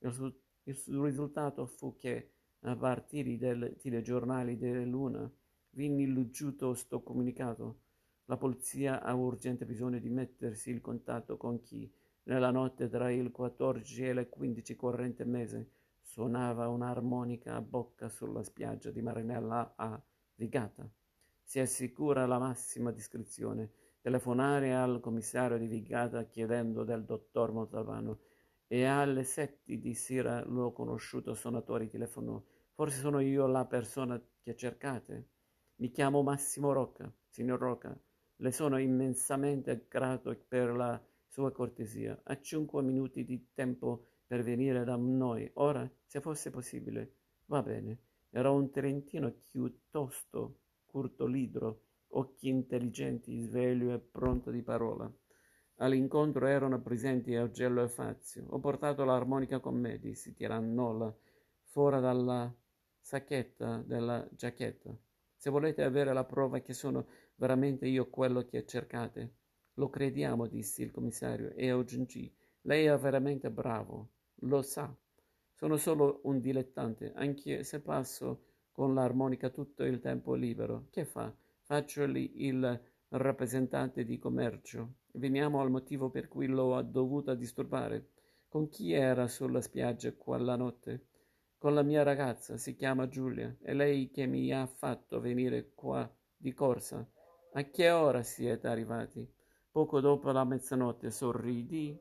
Il risultato fu che, a partire dai telegiornali della Luna, venne leggiuto sto comunicato. La polizia ha urgente bisogno di mettersi in contatto con chi, nella notte tra il 14 e il 15 corrente mese, suonava un'armonica a bocca sulla spiaggia di Marinella a Vigata. Si assicura la massima discrezione. Telefonare al commissario di Vigata chiedendo del dottor Montalbano e alle 7 di sera l'ho conosciuto suonatore telefonò. Forse sono io la persona che cercate? Mi chiamo Massimo Rocca, signor Rocca. Le sono immensamente grato per la sua cortesia. Ha 5 minuti di tempo per venire da noi. Ora, se fosse possibile. Va bene. Era un trentino piuttosto curtolidro, occhi intelligenti, sveglio e pronto di parola. All'incontro erano presenti Augello e Fazio. Ho portato l'armonica con me, disse Tirannola, fuori dalla sacchetta della giacchetta. Se volete avere la prova che sono veramente io quello che cercate. Lo crediamo, disse il commissario, e aggiungì, lei è veramente bravo, lo sa. Sono solo un dilettante, anche se passo con l'armonica tutto il tempo libero. Che fa? Faccio lì il rappresentante di commercio. Veniamo al motivo per cui l'ho dovuta disturbare. Con chi era sulla spiaggia quella notte? Con la mia ragazza, si chiama Giulia, è lei che mi ha fatto venire qua di corsa. A che ora siete arrivati? Poco dopo la mezzanotte, sorridi.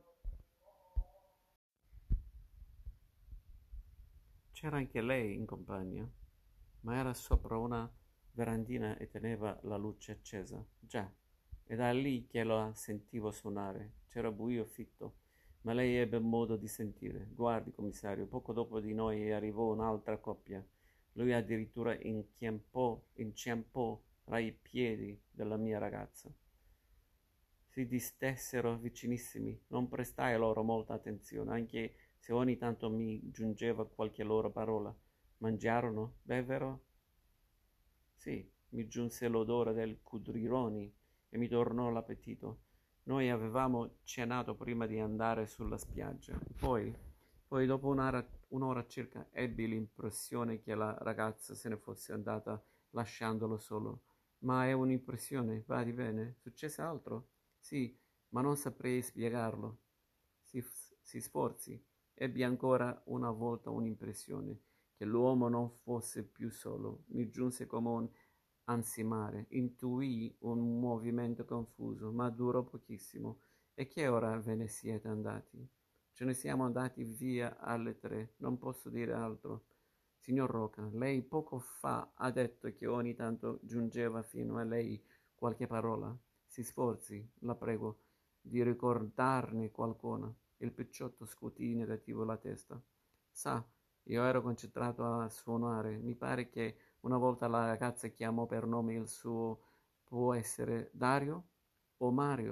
C'era anche lei in compagnia, ma era sopra una verandina e teneva la luce accesa. Già, è da lì che la sentivo suonare. C'era buio fitto, ma lei ebbe modo di sentire. Guardi, commissario, poco dopo di noi arrivò un'altra coppia. Lui addirittura inciampò tra i piedi della mia ragazza. Si distessero vicinissimi, non prestai loro molta attenzione, anche se ogni tanto mi giungeva qualche loro parola. Mangiarono? Bevvero? Sì, mi giunse l'odore del cudrironi e mi tornò l'appetito. Noi avevamo cenato prima di andare sulla spiaggia. Poi dopo un'ora circa, ebbi l'impressione che la ragazza se ne fosse andata lasciandolo solo. Ma è un'impressione, va di bene. Successe altro? Sì, ma non saprei spiegarlo. Si, si sforzi. Ebbi ancora una volta un'impressione che l'uomo non fosse più solo. Mi giunse come un ansimare. Intuii un movimento confuso, ma durò pochissimo. E che ora ve ne siete andati? Ce ne siamo andati via alle 3, non posso dire altro. Signor Roca, lei poco fa ha detto che ogni tanto giungeva fino a lei qualche parola. Si sforzi, la prego, di ricordarne qualcuna. Il picciotto scotì negativo la testa. Sa, io ero concentrato a suonare. Mi pare che una volta la ragazza chiamò per nome il suo, può essere Dario o Mario?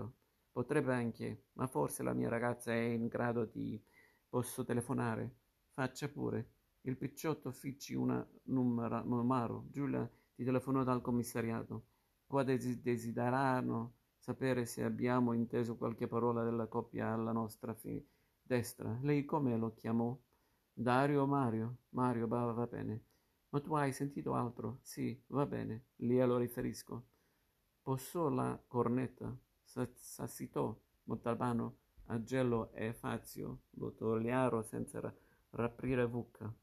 Potrebbe anche, ma forse la mia ragazza è in grado di... Posso telefonare? Faccia pure. Il picciotto ficci una numero. Giulia ti telefonò dal commissariato. Qua desiderano sapere se abbiamo inteso qualche parola della coppia alla nostra destra. Lei come lo chiamò? Dario o Mario? Mario, va bene. Ma tu hai sentito altro? Sì, va bene, glielo riferisco. Posò la cornetta, sassitò Montalbano, Agello e Fazio lo togliero senza raprire bocca.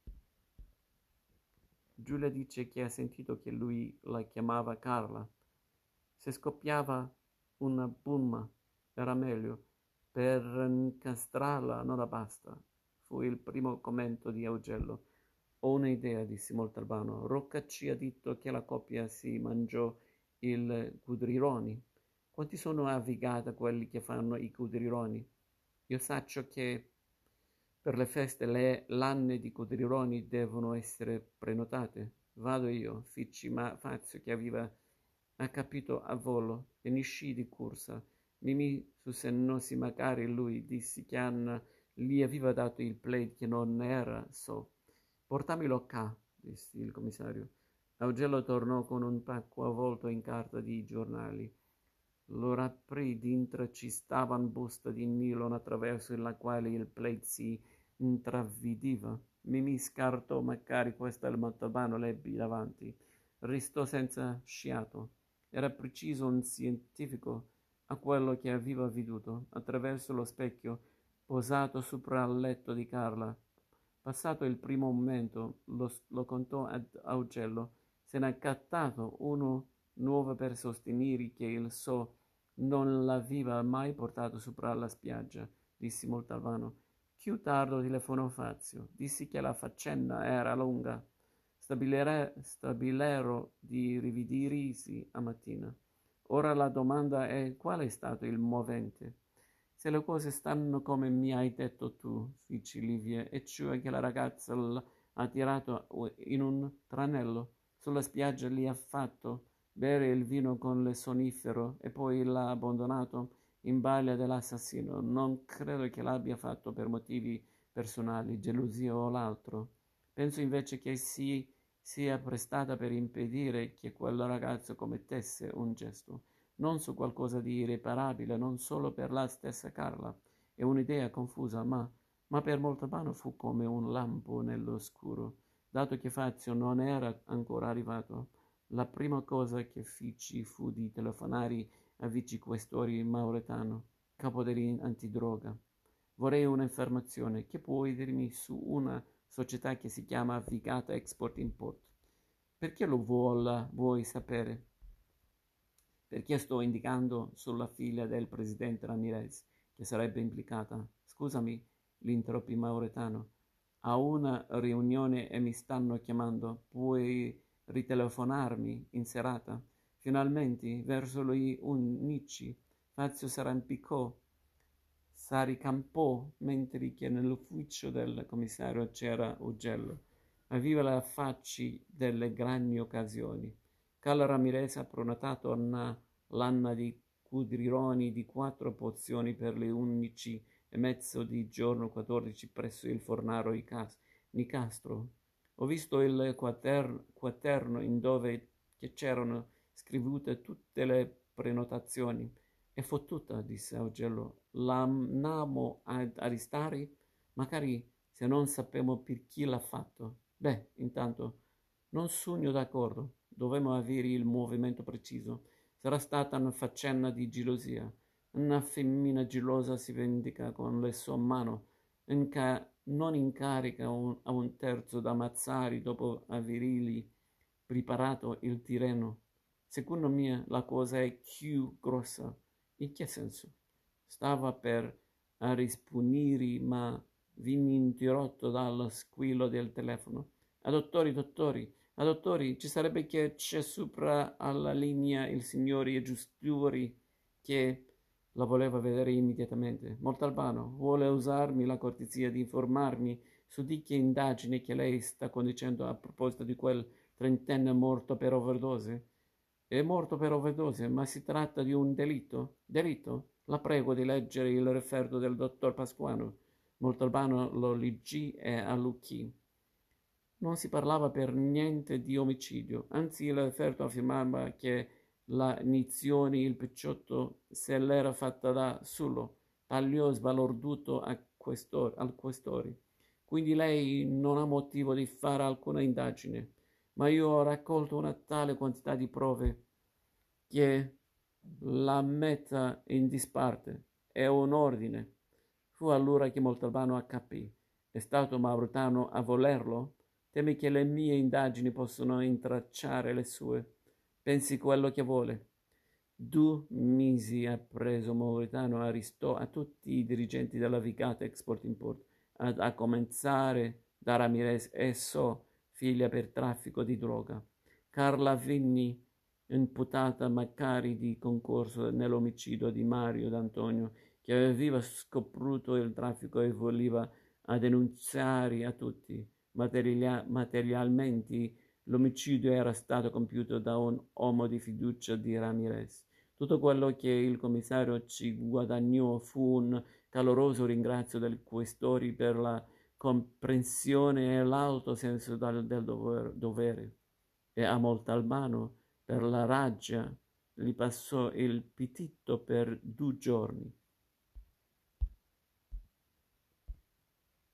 Giulia dice che ha sentito che lui la chiamava Carla. Se scoppiava una bomba era meglio. Per incastrarla non la basta. Fu il primo commento di Augello. Ho un'idea, disse Montalbano. Rocca ci ha detto che la coppia si mangiò il cudrironi. Quanti sono a Vigata quelli che fanno i cudrironi? Io saccio che per le feste le lanne di cudrironi devono essere prenotate. Vado io, ficci ma Fazio che aveva ha capito a volo e ne uscì di corsa. Mimì sussennosi magari lui dissi che Anna gli aveva dato il plaid che non era so. Portamelo qua, disse il commissario. Augello tornò con un pacco avvolto in carta di giornali. Lo aprì, dentro ci stavan buste di nylon attraverso la quale il plaid si intravedeva. Mimì scartò magari questa il Montalbano l'ebbi davanti. Restò senza sciato. Era preciso un scientifico a quello che aveva veduto attraverso lo specchio posato sopra il letto di Carla. Passato il primo momento, lo contò ad Augello. Se n'è accattato uno nuovo per sostenere che il so non l'aveva mai portato sopra la spiaggia, disse Montalbano. Più tardi telefonò Fazio. Dissi che la faccenda era lunga. Stabilero di rivedersi a mattina. Ora la domanda è qual è stato il movente? Se le cose stanno come mi hai detto tu, fece Livia, e cioè che la ragazza l'ha tirato in un tranello, sulla spiaggia gli ha fatto bere il vino con le sonnifero e poi l'ha abbandonato in balia dell'assassino. Non credo che l'abbia fatto per motivi personali, gelosia o l'altro. Penso invece che sia prestata per impedire che quel ragazzo commettesse un gesto, non su qualcosa di irreparabile, non solo per la stessa Carla. È un'idea confusa, ma per Montalbano fu come un lampo nell'oscuro. Dato che Fazio non era ancora arrivato, la prima cosa che feci fu di telefonare a vicequestore Mauretano, capo dell'antidroga. Vorrei un'informazione. Che puoi dirmi su una società che si chiama Vigata Export Import? Perché lo vuoi sapere? Perché sto indicando sulla figlia del presidente Ramirez, che sarebbe implicata. Scusami, l'interruppì Mauretano. A una riunione e mi stanno chiamando. Puoi ritelefonarmi in serata? Finalmente, verso le 11, Fazio s'arricampò mentre che nell'ufficio del commissario c'era Ugello. Aveva la faccia delle grandi occasioni. Carlo Ramirez ha prenotato una lanna di cudrironi di 4 pozioni per le 11:30 di giorno 14 presso il fornaio Nicastro. Ho visto il quaterno in dove che c'erano scrivute tutte le prenotazioni. È fottuta, disse Augello. L'andiamo ad arrestare? Magari se non sappiamo per chi l'ha fatto. Beh, intanto, non sogno d'accordo. Dovremmo avere il movimento preciso. Sarà stata una faccenda di gelosia. Una femmina gelosa si vendica con le sue mani. Non incarica a un terzo da ammazzare dopo avergli preparato il tireno. Secondo me la cosa è più grossa. In che senso? Stava per rispondere, ma venne interrotto dallo squillo del telefono. Dottori, ci sarebbe che c'è sopra alla linea il signore Giusturi che la voleva vedere immediatamente. Montalbano, vuole usarmi la cortesia di informarmi su di che indagine che lei sta conducendo a proposito di quel trentenne morto per overdose? È morto per overdose, ma si tratta di un delitto? Delitto? La prego di leggere il referto del dottor Pasquano. Montalbano lo leggì e allucchì. Non si parlava per niente di omicidio, anzi il referto affermava che la Nizioni, il picciotto, se l'era fatta da solo, tagliò sbalorduto al questore. Quindi lei non ha motivo di fare alcuna indagine, ma io ho raccolto una tale quantità di prove che la metta in disparte. È un ordine. Fu allora che Montalbano capì. È stato Mauritano a volerlo? Temi che le mie indagini possano intracciare le sue. Pensi quello che vuole. 2 mesi ha preso Mauritano arrestò a tutti i dirigenti della Vigata Export-Import, a cominciare da Ramirez e So, figlia per traffico di droga. Carla Vinni, imputata magari di concorso nell'omicidio di Mario D'Antonio, che aveva scoperto il traffico e voleva denunciare a tutti. Materialmente l'omicidio era stato compiuto da un uomo di fiducia di Ramirez. Tutto quello che il commissario ci guadagnò fu un caloroso ringrazio del questori per la comprensione e l'alto senso del dovere. E a Montalbano, per la ragia, gli passò il pitito per 2 giorni.